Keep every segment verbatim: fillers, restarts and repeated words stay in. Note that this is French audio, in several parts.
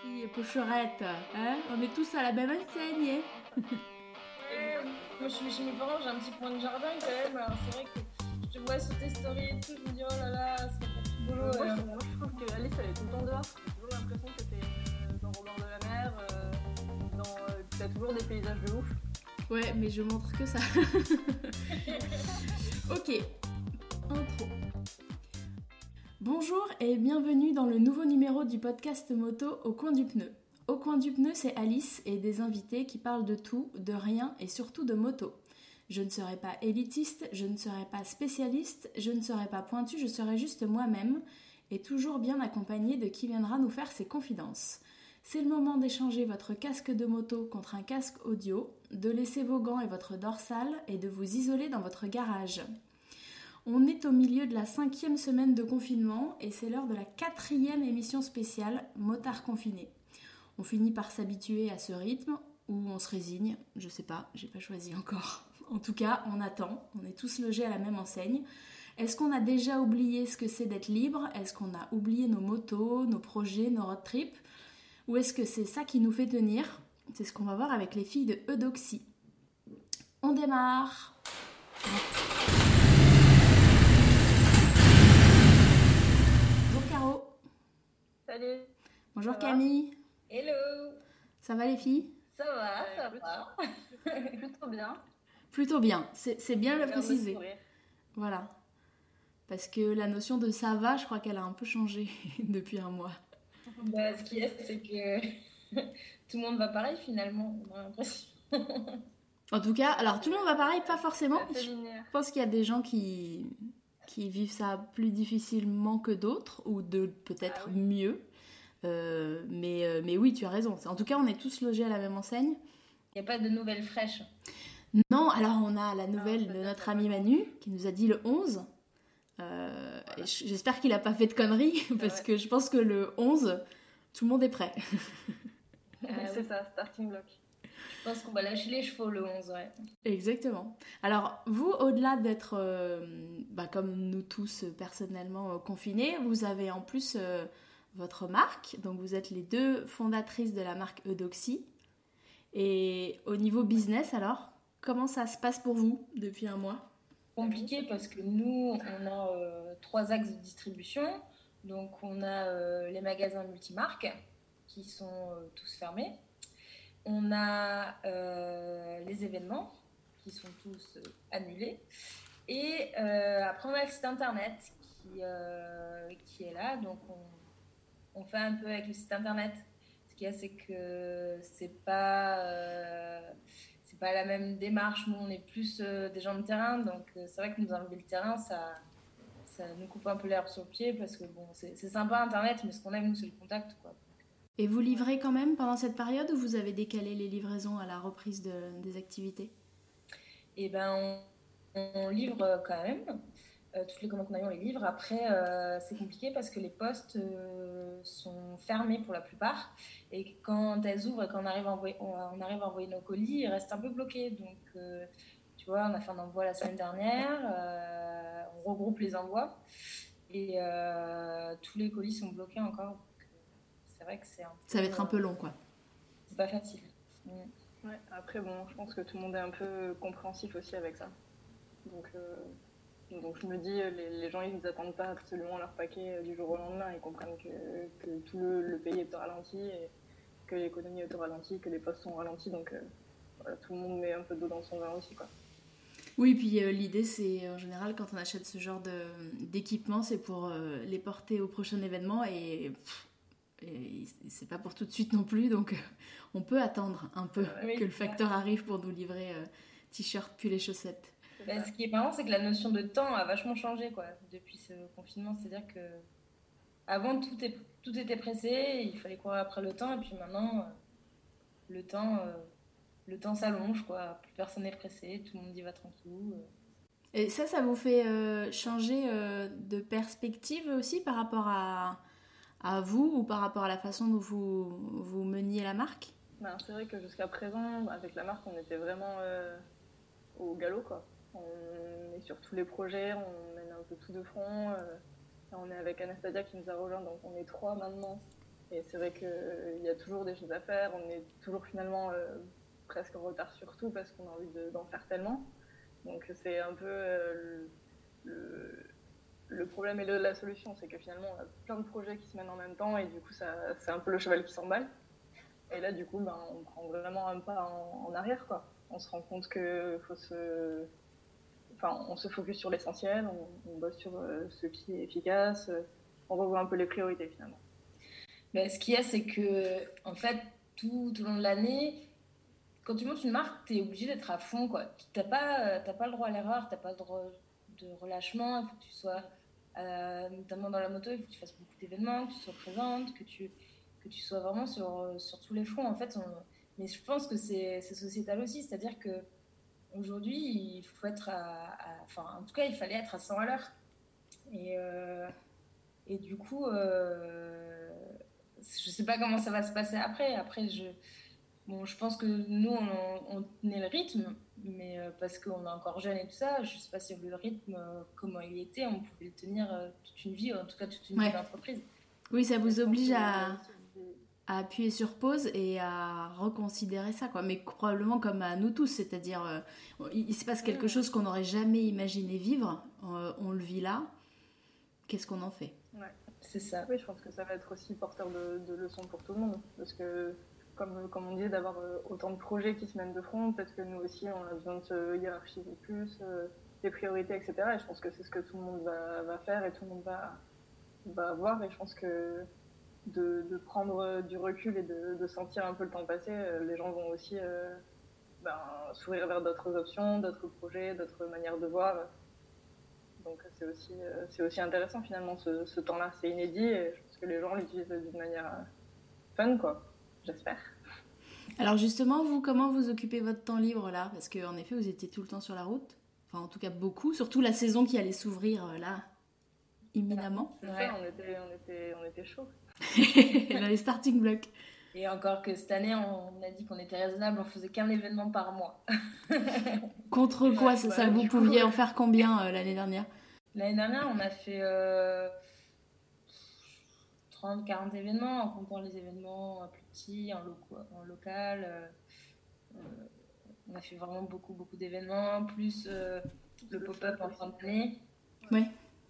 fille pocherette, hein, on est tous à la même enseigne. Euh, moi je suis chez mes parents, j'ai un petit point de jardin quand même, alors c'est vrai que je te vois sur tes stories et tout, je me dis oh là là, c'est pas tout beau. Moi, euh. je, moi je trouve qu'Alice elle est tout le temps dehors, j'ai toujours l'impression que t'es euh, dans Au bord de la mer, euh, dans, euh, t'as toujours des paysages de ouf. Ouais, mais je montre que ça. Ok, intro. Bonjour et bienvenue dans le nouveau numéro du podcast moto Au coin du pneu. Au coin du pneu, c'est Alice et des invités qui parlent de tout, de rien et surtout de moto. Je ne serai pas élitiste, je ne serai pas spécialiste, je ne serai pas pointue, je serai juste moi-même et toujours bien accompagnée de qui viendra nous faire ses confidences. C'est le moment d'échanger votre casque de moto contre un casque audio, de laisser vos gants et votre dorsale et de vous isoler dans votre garage. On est au milieu de la cinquième semaine de confinement et c'est l'heure de la quatrième émission spéciale Motard confiné. On finit par s'habituer à ce rythme ou on se résigne, je sais pas, j'ai pas choisi encore. En tout cas, on attend, on est tous logés à la même enseigne. Est-ce qu'on a déjà oublié ce que c'est d'être libre ? Est-ce qu'on a oublié nos motos, nos projets, nos road trips ? Ou est-ce que c'est ça qui nous fait tenir ? C'est ce qu'on va voir avec les filles de Eudoxie. On démarre. Bonjour Caro. Salut. Bonjour Ça va ? Camille. Hello. Ça va les filles ? Ça va, Ouais, ça plutôt. va. Plutôt bien. Plutôt bien, c'est, c'est bien de le L'air de préciser. sourire. Voilà. Parce que la notion de ça va, je crois qu'elle a un peu changé depuis un mois. Bah, ce qui est, c'est que tout le monde va pareil finalement, on a l'impression. En tout cas, alors tout le monde va pareil, pas forcément. C'est assez Je linéaire. pense qu'il y a des gens qui, qui vivent ça plus difficilement que d'autres, ou de peut-être Ah oui. mieux. Euh, mais, euh, mais oui, tu as raison. En tout cas, on est tous logés à la même enseigne. Il n'y a pas de nouvelles fraîches. Non, alors on a la nouvelle Non, de peut-être notre pas. ami Manu, qui nous a dit le onze. Euh, et j- j'espère qu'il n'a pas fait de conneries, parce Ouais. que je pense que le onze, tout le monde est prêt. Ah C'est oui. ça, starting block. Je pense qu'on va lâcher les chevaux le onze, ouais. Exactement. Alors, vous, au-delà d'être, euh, bah, comme nous tous euh, personnellement euh, confinés, vous avez en plus euh, votre marque. Donc, vous êtes les deux fondatrices de la marque Eudoxie. Et au niveau business, alors, comment ça se passe pour vous depuis un mois ? Compliqué parce que nous, on a euh, trois axes de distribution. Donc, on a euh, les magasins multimarques qui sont euh, tous fermés. On a euh, les événements qui sont tous euh, annulés. Et euh, après, on a le site internet qui, euh, qui est là. Donc, on, on fait un peu avec le site internet. Ce qu'il y a, c'est que c'est pas, euh, c'est pas la même démarche. Nous, on est plus euh, des gens de terrain. Donc, euh, c'est vrai que nous enlever le terrain, ça, ça nous coupe un peu l'herbe sur le pied parce que bon, c'est, c'est sympa internet, mais ce qu'on aime, nous, c'est le contact, quoi. Et vous livrez quand même pendant cette période ou vous avez décalé les livraisons à la reprise de- des activités ? Et ben, on, on livre euh, quand même. Euh, toutes les commandes qu'on a eues, on les livre. Après, euh, c'est compliqué parce que les postes euh, sont fermés pour la plupart. Et quand elles ouvrent et qu'on arrive à envoyer, on, on arrive à envoyer nos colis, ils restent un peu bloqués. Donc, euh, tu vois, on a fait un envoi la semaine dernière. Euh, on regroupe les envois. Et euh, tous les colis sont bloqués encore. Donc, euh, c'est vrai que c'est un peu, Ça va être un peu long, quoi. c'est pas facile. Mm. Ouais, après, bon, je pense que tout le monde est un peu compréhensif aussi avec ça. Donc, euh, donc je me dis, les, les gens, ils n'attendent pas absolument leur paquet euh, du jour au lendemain. Ils comprennent que, que tout le, le pays est au ralenti, et que l'économie est au ralenti, que les postes sont au ralenti. Donc, euh, voilà, tout le monde met un peu d'eau dans son vin aussi, quoi. Oui, puis euh, l'idée, c'est en général, quand on achète ce genre de, d'équipement, c'est pour euh, les porter au prochain événement et, pff, et c'est pas pour tout de suite non plus, donc euh, on peut attendre un peu Oui, que le c'est facteur arrive pour nous livrer euh, t-shirt puis les chaussettes. C'est Ben, ça. ce qui est marrant, c'est que la notion de temps a vachement changé quoi, depuis ce confinement. C'est-à-dire que avant tout, est, tout était pressé, il fallait courir après le temps, et puis maintenant, euh, le temps, euh, le temps s'allonge, quoi. Plus personne n'est pressé, tout le monde y va tranquille. euh. Et ça, ça vous fait euh, changer euh, de perspective aussi par rapport à, à vous ou par rapport à la façon dont vous, vous meniez la marque ? Ben, c'est vrai que jusqu'à présent, avec la marque, on était vraiment euh, au galop, quoi. On est sur tous les projets, on mène un peu tout de front. euh, là, on est avec Anastasia qui nous a rejoint, donc on est trois maintenant. Et Et c'est vrai qu'il y a toujours des choses à faire. On est toujours finalement euh, presque en retard sur tout parce qu'on a envie de, d'en faire tellement. Donc c'est un peu euh, le, le problème et le, la solution. C'est que finalement, on a plein de projets qui se mènent en même temps et du coup, ça, c'est un peu le cheval qui s'emballe. Et là, du coup, ben, on prend vraiment un pas en, en arrière, quoi. On se rend compte qu'il faut se... Enfin, on se focus sur l'essentiel, on, on bosse sur euh, ce qui est efficace, euh, on revoit un peu les priorités, finalement. Mais ce qu'il y a, c'est que, en fait, tout, tout au long de l'année, quand tu montes une marque, tu es obligé d'être à fond, quoi. Tu n'as pas, t'as pas le droit à l'erreur, tu n'as pas le droit de relâchement, il faut que tu sois, euh, notamment dans la moto, il faut que tu fasses beaucoup d'événements, que tu sois présente, que tu... que tu sois vraiment sur, sur tous les fronts. En fait, on... mais je pense que c'est, c'est sociétal aussi, c'est-à-dire qu'aujourd'hui, il faut être à, à... Enfin, en tout cas, il fallait être à cent à l'heure. Et, euh... et du coup, euh... je ne sais pas comment ça va se passer après. Après, je... Bon, je pense que nous, on, on tenait le rythme, mais euh, parce qu'on est encore jeune et tout ça, je ne sais pas si le rythme, euh, comment il était, on pouvait le tenir euh, toute une vie, en tout cas toute une ouais. vie d'entreprise. Oui, ça vous oblige à, à appuyer sur pause et à reconsidérer ça, quoi. Mais probablement comme à nous tous, c'est-à-dire euh, il, il se passe quelque chose qu'on n'aurait jamais imaginé vivre, euh, on le vit là, qu'est-ce qu'on en fait? Ouais, c'est ça. Oui, je pense que ça va être aussi porteur de, de leçons pour tout le monde, parce que comme, comme on dit, d'avoir euh, autant de projets qui se mènent de front, peut-être que nous aussi, on a besoin de se hiérarchiser plus, euh, des priorités, et cetera. Et je pense que c'est ce que tout le monde va, va faire et tout le monde va, va avoir. Et je pense que de, de prendre du recul et de, de sentir un peu le temps passer, euh, les gens vont aussi euh, ben, s'ouvrir vers d'autres options, d'autres projets, d'autres manières de voir. Donc c'est aussi, euh, c'est aussi intéressant finalement, ce, ce temps-là. C'est inédit et je pense que les gens l'utilisent d'une manière euh, fun, quoi. J'espère. Alors justement, vous, comment vous occupez votre temps libre là? Parce qu'en effet, vous étiez tout le temps sur la route. Enfin, en tout cas, beaucoup. Surtout la saison qui allait s'ouvrir là, imminemment. C'est ouais. ça, on était, on était, on était chaud. Dans les starting blocks. Et encore que cette année, on a dit qu'on était raisonnable, on faisait qu'un événement par mois. Contre quoi ouais, ça, ça, vous pouviez coup, en faire combien euh, l'année dernière? L'année dernière, on a fait... Euh... trente à quarante événements, en comptant les événements plus petits, en, loco- en local. Euh, euh, on a fait vraiment beaucoup, beaucoup d'événements, plus euh, le pop-up en fin d'année. Oui.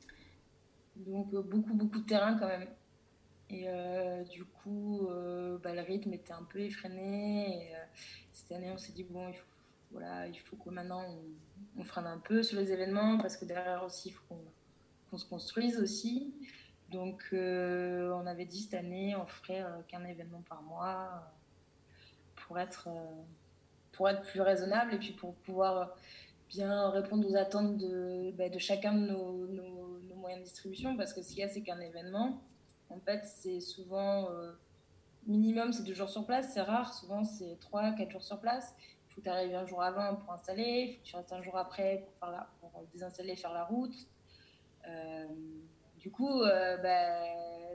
Donc, euh, beaucoup, beaucoup de terrain quand même. Et euh, du coup, euh, bah, le rythme était un peu effréné. Et, euh, cette année, on s'est dit, bon, il faut, voilà, il faut que maintenant, on, on freine un peu sur les événements, parce que derrière aussi, il faut qu'on, qu'on se construise aussi. Donc, euh, on avait dit cette année, on ferait euh, qu'un événement par mois euh, pour, être, euh, pour être plus raisonnable et puis pour pouvoir bien répondre aux attentes de, bah, de chacun de nos, nos, nos moyens de distribution. Parce que ce qu'il y a, c'est qu'un événement, en fait, c'est souvent euh, minimum, c'est deux jours sur place, c'est rare, souvent c'est trois à quatre jours sur place. Il faut que tu arrives un jour avant pour installer, il faut que tu restes un jour après pour, faire la, pour désinstaller et faire la route. Euh, Du coup, euh, bah,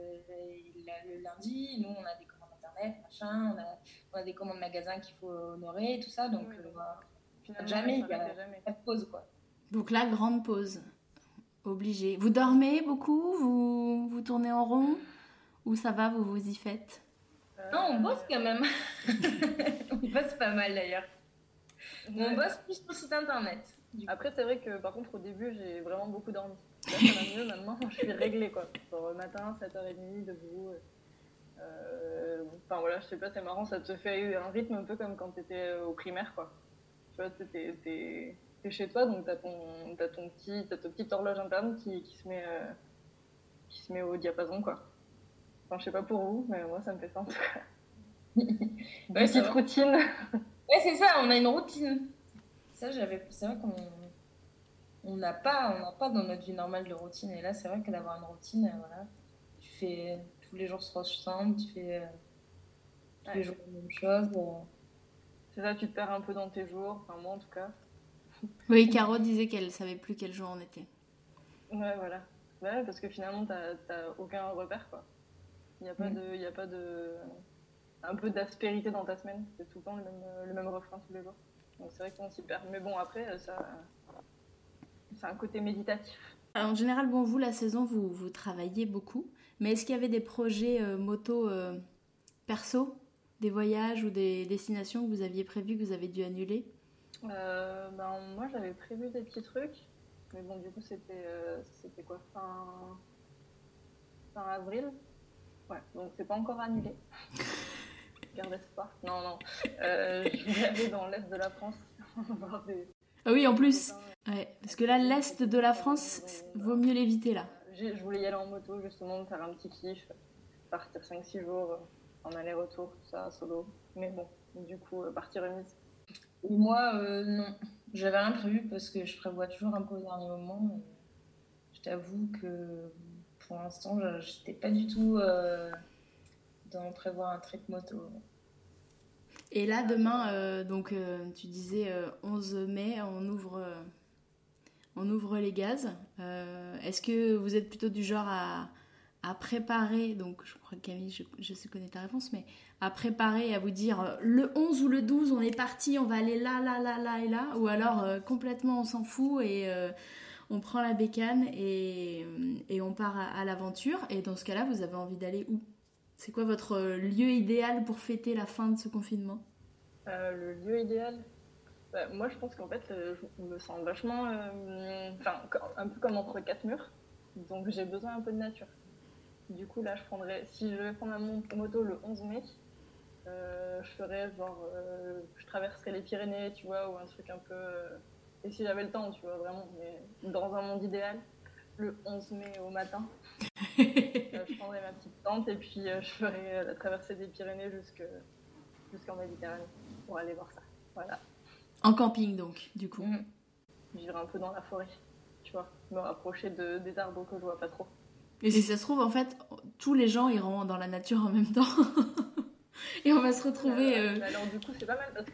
le lundi, nous, on a des commandes internet, machin, on a, on a des commandes magasins qu'il faut honorer, tout ça. Donc, oui, euh, jamais il n'y a pas de pause, quoi. Donc là, grande pause, obligée. Vous dormez beaucoup? Vous, vous tournez en rond? Ou ça va, vous vous y faites? euh... Non, on bosse quand même. On bosse pas mal, d'ailleurs. Ouais. On bosse plus sur le site internet. Après, c'est vrai que, par contre, au début, j'ai vraiment beaucoup dormi. Là, ça va mieux, maintenant, je suis réglée, quoi. Genre, le matin, sept heures trente, debout. Euh... Enfin, voilà, je sais pas, c'est marrant, ça te fait un rythme un peu comme quand t'étais au primaire, quoi. Tu vois, t'es, t'es, t'es chez toi, donc t'as ton, t'as ton petit, t'as ta petite horloge interne qui, qui, se met, euh, qui se met au diapason, quoi. Enfin, je sais pas pour vous, mais moi, ça me fait ça, en tout cas. Ouais, petite routine. Ouais, c'est ça, on a une routine. Ça, j'avais... C'est vrai qu'on... On n'a pas, on n'a pas dans notre vie normale de routine. Et là, c'est vrai que d'avoir une routine, euh, voilà, tu fais tous les jours se ressemblent, tu fais euh, tous ouais. les jours la même chose. Euh... C'est ça, tu te perds un peu dans tes jours, enfin moi en tout cas. Oui, Caro disait qu'elle savait plus quel jour on était. Ouais, voilà. Ouais, parce que finalement, t'as, t'as aucun repère, quoi. Il n'y a pas mmh. de, il y a pas de, un peu d'aspérité dans ta semaine. C'est tout le temps le même, le même refrain tous les jours. Donc c'est vrai qu'on s'y perd. Mais bon, après, ça. C'est un côté méditatif. En général, bon, vous, la saison, vous, vous travaillez beaucoup, Mais est-ce qu'il y avait des projets euh, moto euh, perso, des voyages ou des destinations que vous aviez prévues, que vous avez dû annuler? Euh, ben, moi, j'avais prévu des petits trucs, mais bon, du coup, c'était euh, c'était quoi, fin, fin avril? Ouais, donc c'est pas encore annulé. Garde espoir. Non, non. Euh, je voulais aller dans l'est de la France, voir des... Ah oui, en plus. Ouais, parce que là, l'est de la France, vaut mieux l'éviter là. J'ai- Je voulais y aller en moto, justement, faire un petit kiff, partir cinq six jours euh, en aller-retour, tout ça, solo. Mais bon, du coup, euh, partie remise. Et moi, euh, non. J'avais rien prévu parce que je prévois toujours un peu au dernier moment. Et je t'avoue que pour l'instant, je n'étais pas du tout euh, dans prévoir un trip moto. Et là, demain, euh, donc euh, tu disais euh, onze mai, on ouvre, euh, on ouvre les gaz. Euh, est-ce que vous êtes plutôt du genre à, à préparer, donc je crois que Camille, je, je sais connais ta réponse, mais à préparer, à vous dire euh, le onze ou le douze, on est parti, on va aller là, là, là, là et là, ou alors euh, complètement on s'en fout et euh, on prend la bécane et, et on part à, à l'aventure. Et dans ce cas-là, vous avez envie d'aller où? C'est quoi votre lieu idéal pour fêter la fin de ce confinement? Euh, le lieu idéal, bah, moi je pense qu'en fait euh, je me sens vachement, euh, enfin un peu comme entre quatre murs, donc j'ai besoin un peu de nature. Du coup là je prendrais, si je vais prendre ma mon- moto le onze mai, euh, je ferais genre, euh, je traverserais les Pyrénées, tu vois, ou un truc un peu, euh, et si j'avais le temps, tu vois, vraiment, mais dans un monde idéal, le onze mai au matin, euh, je prendrais ma petite tente et puis euh, je ferais euh, la traversée des Pyrénées jusque, jusqu'en Méditerranée pour aller voir ça. Voilà. En camping donc, du coup. Mm. Vivre un peu dans la forêt, tu vois, me rapprocher de, des arbres que je vois pas trop. Et si ça se trouve, en fait, tous les gens iront dans la nature en même temps. Et on va se retrouver... Euh, euh, Alors du coup c'est pas mal parce que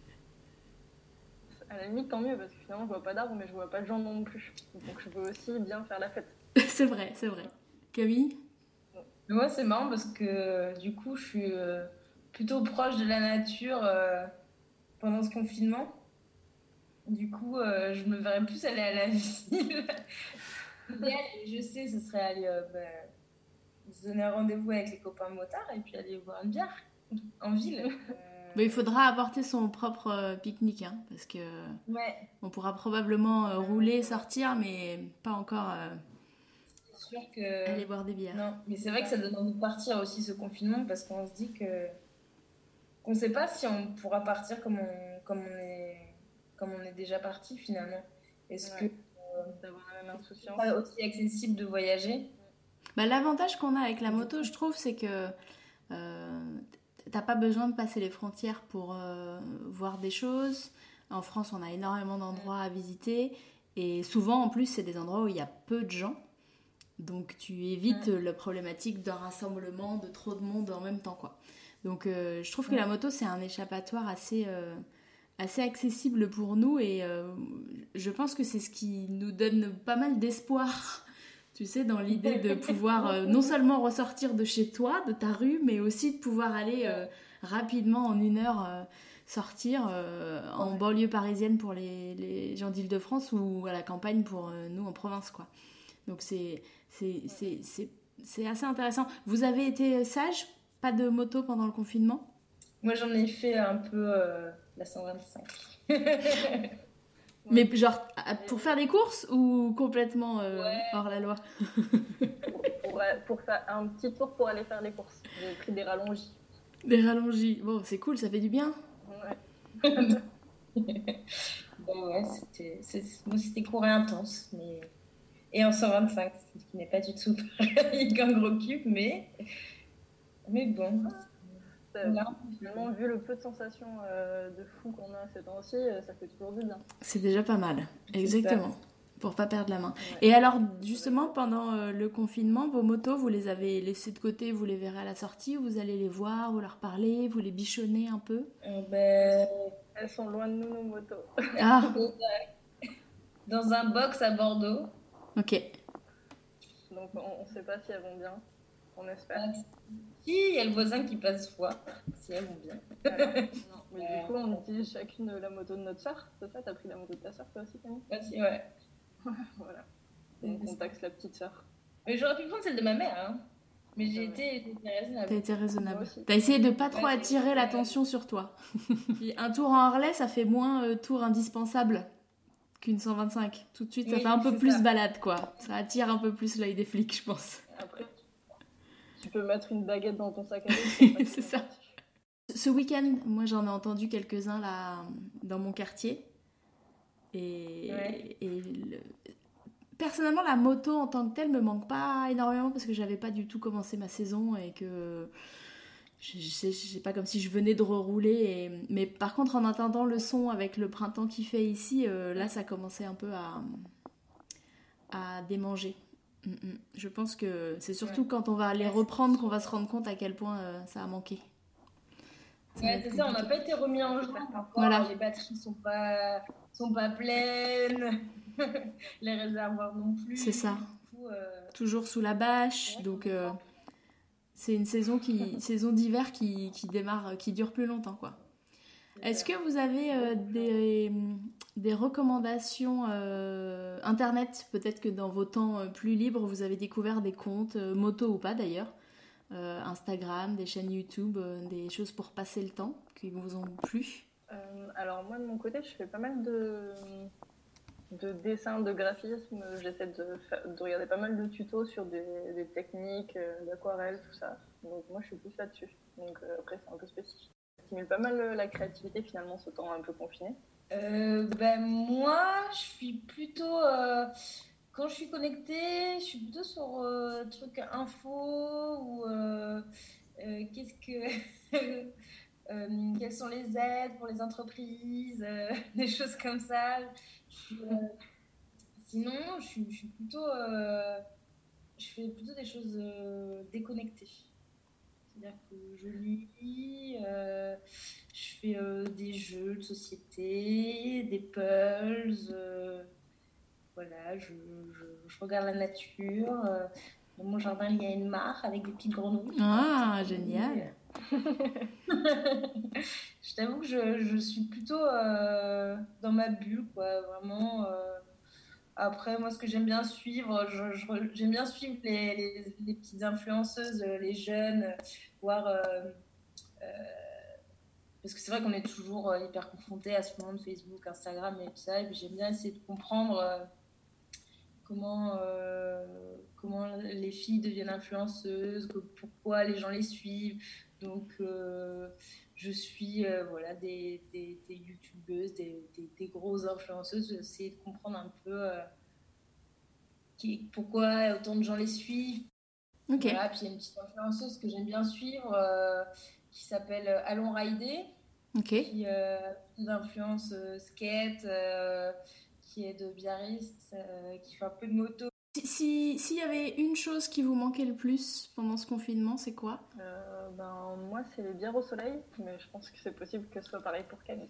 à la limite tant mieux parce que finalement je vois pas d'arbres mais je vois pas de gens non plus. Donc je veux aussi bien faire la fête. c'est vrai, c'est vrai. Camille? Mais moi, c'est marrant parce que euh, du coup, je suis euh, plutôt proche de la nature euh, pendant ce confinement. Du coup, euh, je me verrais plus aller à la ville. L'idéal, je sais, ce serait aller euh, bah, se donner un rendez-vous avec les copains motards et puis aller boire une bière en ville. Euh, Mais il faudra apporter son propre euh, pique-nique, hein, parce que Ouais, on pourra probablement euh, rouler, sortir, mais pas encore euh, c'est sûr que... aller boire des bières. Non, mais c'est vrai que ça donne envie de partir aussi ce confinement parce qu'on se dit que qu'on ne sait pas si on pourra partir comme on, comme on, est, comme on est déjà parti finalement. Est-ce Ouais. que D'avoir la même insouciance. c'est pas aussi accessible de voyager? Bah, l'avantage qu'on a avec la moto, je trouve, c'est que euh, t'as pas besoin de passer les frontières pour euh, voir des choses. En France, on a énormément d'endroits à visiter. Et souvent, en plus, c'est des endroits où il y a peu de gens. Donc, tu évites Mm. la problématique d'un rassemblement, de trop de monde en même temps, quoi. Donc, euh, je trouve que Mm. la moto, c'est un échappatoire assez, euh, assez accessible pour nous. Et euh, je pense que c'est ce qui nous donne pas mal d'espoir. Tu sais, dans l'idée de pouvoir euh, non seulement ressortir de chez toi, de ta rue, mais aussi de pouvoir aller euh, rapidement, en une heure, euh, sortir euh, en Ouais. banlieue parisienne pour les, les gens d'Île-de-France ou à la campagne pour euh, nous en province, quoi. Donc c'est, c'est, c'est, c'est, c'est assez intéressant. Vous avez été sage? Pas de moto pendant le confinement? Moi, j'en ai fait un peu euh, la cent vingt-cinq. Mais genre à- pour faire des courses ou complètement euh, Ouais. hors la loi? Pour, pour, pour faire un petit tour pour aller faire les courses. J'ai pris des rallongis. Des rallongis. Bon, c'est cool, ça fait du bien. Ouais. Bon, ouais, c'était, c'est- moi, c'était court et intense. Mais... Et en cent vingt-cinq, ce qui n'est pas du tout pareil qu'un gros cube, mais, mais bon. Euh, Voilà. Finalement, vu le peu de sensations euh, de fou qu'on a ces temps-ci, euh, ça fait toujours du bien. C'est déjà pas mal. C'est Exactement. Pour pas perdre la main. Ouais. Et alors, justement, pendant euh, le confinement, vos motos, vous les avez laissées de côté, vous les verrez à la sortie, vous allez les voir, vous leur parlez, vous les bichonnez un peu? Euh, ben, Elles sont loin de nous, nos motos. Ah, dans un box à Bordeaux. ok. Donc on ne sait pas si elles vont bien. On espère. Si, il y a le voisin qui passe voir, si elles vont bien. Alors, non. Mais du coup, on utilise chacune la moto de notre soeur. C'est ça? T'as pris la moto de ta soeur, toi aussi, Camille? Aussi, ouais. Voilà. Donc on taxe la petite soeur. Mais j'aurais pu prendre celle de ma mère. Hein. Mais j'ai été, j'ai été raisonnable. T'as été raisonnable. Moi aussi. T'as essayé de pas trop Ouais, attirer c'est- l'attention sur toi. Puis un tour en Harley, ça fait moins euh, tour indispensable qu'une cent vingt-cinq. Tout de suite, ça Oui, fait un peu c'est plus ça. balade, quoi. Ça attire un peu plus l'œil des flics, je pense. Après, tu peux mettre une baguette dans ton sac à dos. C'est ça. Ce week-end, moi, j'en ai entendu quelques-uns là dans mon quartier. Et, Ouais. et le- personnellement, la moto en tant que telle me manque pas énormément parce que j'avais pas du tout commencé ma saison et que je, je sais, c'est pas comme si je venais de rerouler. Et... Mais par contre, en entendant le son avec le printemps qu'il fait ici, euh, là, ça commençait un peu à, à démanger. Mm, mm. Je pense que c'est surtout Ouais. quand on va les Ouais, reprendre c'est qu'on va sûr. se rendre compte à quel point euh, ça a manqué. Ça va Ouais, être c'est ça, on n'a compliqué. pas été remis en jeu. Parfois, Voilà. les batteries sont pas, sont pas pleines, les réservoirs non plus. C'est ça. Du coup, euh, Toujours sous la bâche, ouais, donc on euh, manque. c'est une saison qui saison d'hiver qui, qui démarre, qui dure plus longtemps, quoi. C'est Est-ce ça. que vous avez euh, des, des recommandations euh, internet? Peut-être que dans vos temps euh, plus libres, vous avez découvert des comptes, euh, moto ou pas d'ailleurs, euh, Instagram, des chaînes YouTube, euh, des choses pour passer le temps qui vous ont plu? Euh, alors moi, de mon côté, je fais pas mal de, de dessins, de graphisme. J'essaie de, fa- de regarder pas mal de tutos sur des, des techniques, euh, d'aquarelle, tout ça. Donc moi, je suis plus là-dessus. Donc euh, après, c'est un peu spécifique. Ça stimule pas mal euh, la créativité, finalement, ce temps un peu confiné. Euh, ben, moi, je suis plutôt. euh, quand je suis connectée, je suis plutôt sur euh, trucs info ou euh, euh, qu'est-ce que. euh, quelles sont les aides pour les entreprises, euh, des choses comme ça. Je suis, euh, sinon, je suis, je suis plutôt. euh, je fais plutôt des choses euh, déconnectées. C'est-à-dire que je lis, euh, je fais euh, des jeux de société, des puzzles, euh, voilà, je, je- je regarde la nature. euh, dans mon jardin, il y a une mare avec des petites grenouilles. Ah, Voilà, petites génial. grenouilles. Je t'avoue que je, je suis plutôt euh, dans ma bulle, quoi, vraiment. euh, Après, moi, ce que j'aime bien suivre, je- je- j'aime bien suivre les, les- les petites influenceuses, euh, les jeunes, euh, voir. euh, euh, parce que c'est vrai qu'on est toujours euh, hyper confronté à ce monde, Facebook, Instagram et tout ça. Et puis j'aime bien essayer de comprendre euh, comment, euh, comment les filles deviennent influenceuses, que- pourquoi les gens les suivent. Donc, euh, je suis euh, voilà, des, des, des youtubeuses, des, des, des grosses influenceuses. J'essaie de comprendre un peu. euh, qui, pourquoi autant de gens les suivent. Ok. Voilà, puis il y a une petite influenceuse que j'aime bien suivre euh, qui s'appelle euh, Allons Rider, Ok. qui euh, a d'influence euh, skate, euh, qui est de Biarritz, euh, qui fait un peu de moto. Si, si- s'il y avait une chose qui vous manquait le plus pendant ce confinement, c'est quoi? Euh, ben, moi, c'est les bières au soleil, mais je pense que c'est possible que ce soit pareil pour Camille.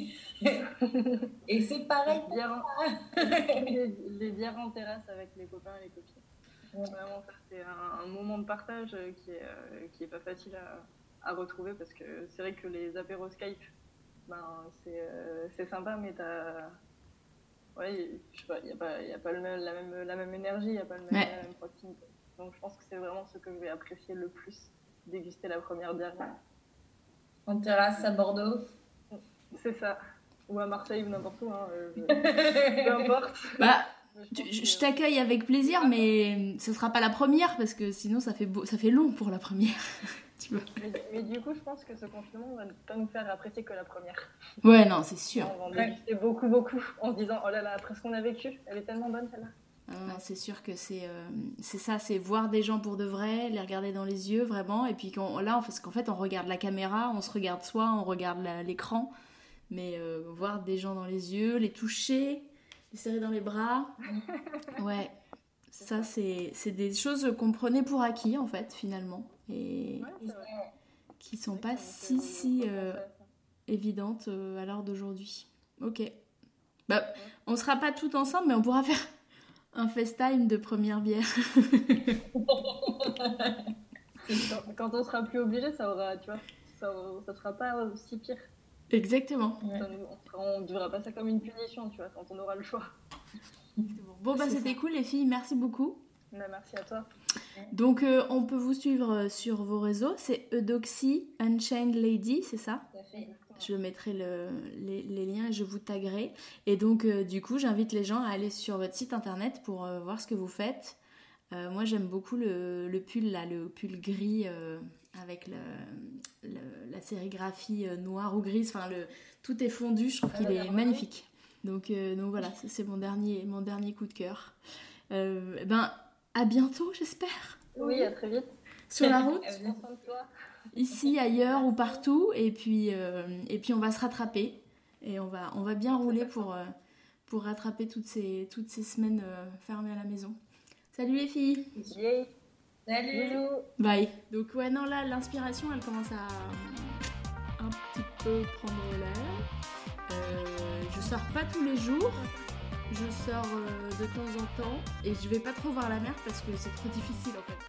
Et c'est pareil Les pour bières, moi. les, les bières en terrasse avec les copains et les copines. Ouais. Vraiment, ça, c'est un, un moment de partage euh, qui est, euh, qui est pas facile à, à retrouver parce que c'est vrai que les apéros Skype, ben, c'est, euh, c'est sympa, mais t'as. Ouais, je sais pas, il n'y a pas, y a pas le même, la, même, la même énergie, il n'y a pas le même, Ouais. la même proximité. Donc je pense que c'est vraiment ce que je vais apprécier le plus, déguster la première bière. En terrasse à Bordeaux. C'est ça. Ou à Marseille ou n'importe où, hein, euh, je- peu importe. Bah, Mais tu- pense je que- je t'accueille avec plaisir, mais ce sera pas la première parce que sinon ça fait beau, ça fait long pour la première. Tu vois. Mais, mais du coup, je pense que ce confinement va pas nous faire apprécier que la première. Ouais, non, c'est sûr. On va en déguster beaucoup, beaucoup, en se disant, oh là là, après ce qu'on a vécu, elle est tellement bonne celle-là. Euh, c'est sûr que c'est euh, c'est ça, c'est voir des gens pour de vrai, les regarder dans les yeux vraiment, et puis qu'on, là, parce qu'en fait, on regarde la caméra, on se regarde soi, on regarde la- l'écran, mais euh, voir des gens dans les yeux, les toucher, les serrer dans les bras, ouais, ça, c'est c'est des choses qu'on prenait pour acquis en fait, finalement, et Ouais, c'est vrai. qui sont C'est pas vrai que ça si me fait si repenser euh, à ça. évidentes euh, à l'heure d'aujourd'hui. Ok. Bah, on sera pas toutes ensemble, mais on pourra faire un FaceTime de première bière. Quand, quand on sera plus obligé, ça aura, tu vois, ça, ça sera pas aussi pire. Exactement. Ouais. Ça nous- on, fera- on devra pas ça comme une punition, tu vois, quand on aura le choix. Bon, bah C'est c'était ça. cool les filles, merci beaucoup. Mais merci à toi. Donc, euh, on peut vous suivre sur vos réseaux. C'est Eudoxie Unchained Lady, c'est ça ? Tout à fait. Je mettrai le, les, les liens et je vous taguerai. Et donc, euh, du coup, j'invite les gens à aller sur votre site internet pour euh, voir ce que vous faites. Euh, moi, j'aime beaucoup le, le pull, là, le pull gris euh, avec le, le, la sérigraphie euh, noire ou grise. Enfin, le, tout est fondu. Je trouve qu'il est magnifique. Donc, euh, donc voilà, ça, c'est mon dernier, mon dernier coup de cœur. Euh, eh ben, à bientôt, j'espère. Oui, à très vite. Sur la route. Prends soin de toi. Ici, ailleurs ou partout, et puis, euh, et puis on va se rattraper, et on va, on va bien rouler pour, euh, pour rattraper toutes ces, toutes ces semaines euh, fermées à la maison. Salut les filles. Yeah. Salut. Bisous. Bye. Donc ouais, non, là, l'inspiration, elle commence à euh, un petit peu prendre l'air. Euh, je sors pas tous les jours, je sors euh, de temps en temps, et je vais pas trop voir la mer parce que c'est trop difficile en fait.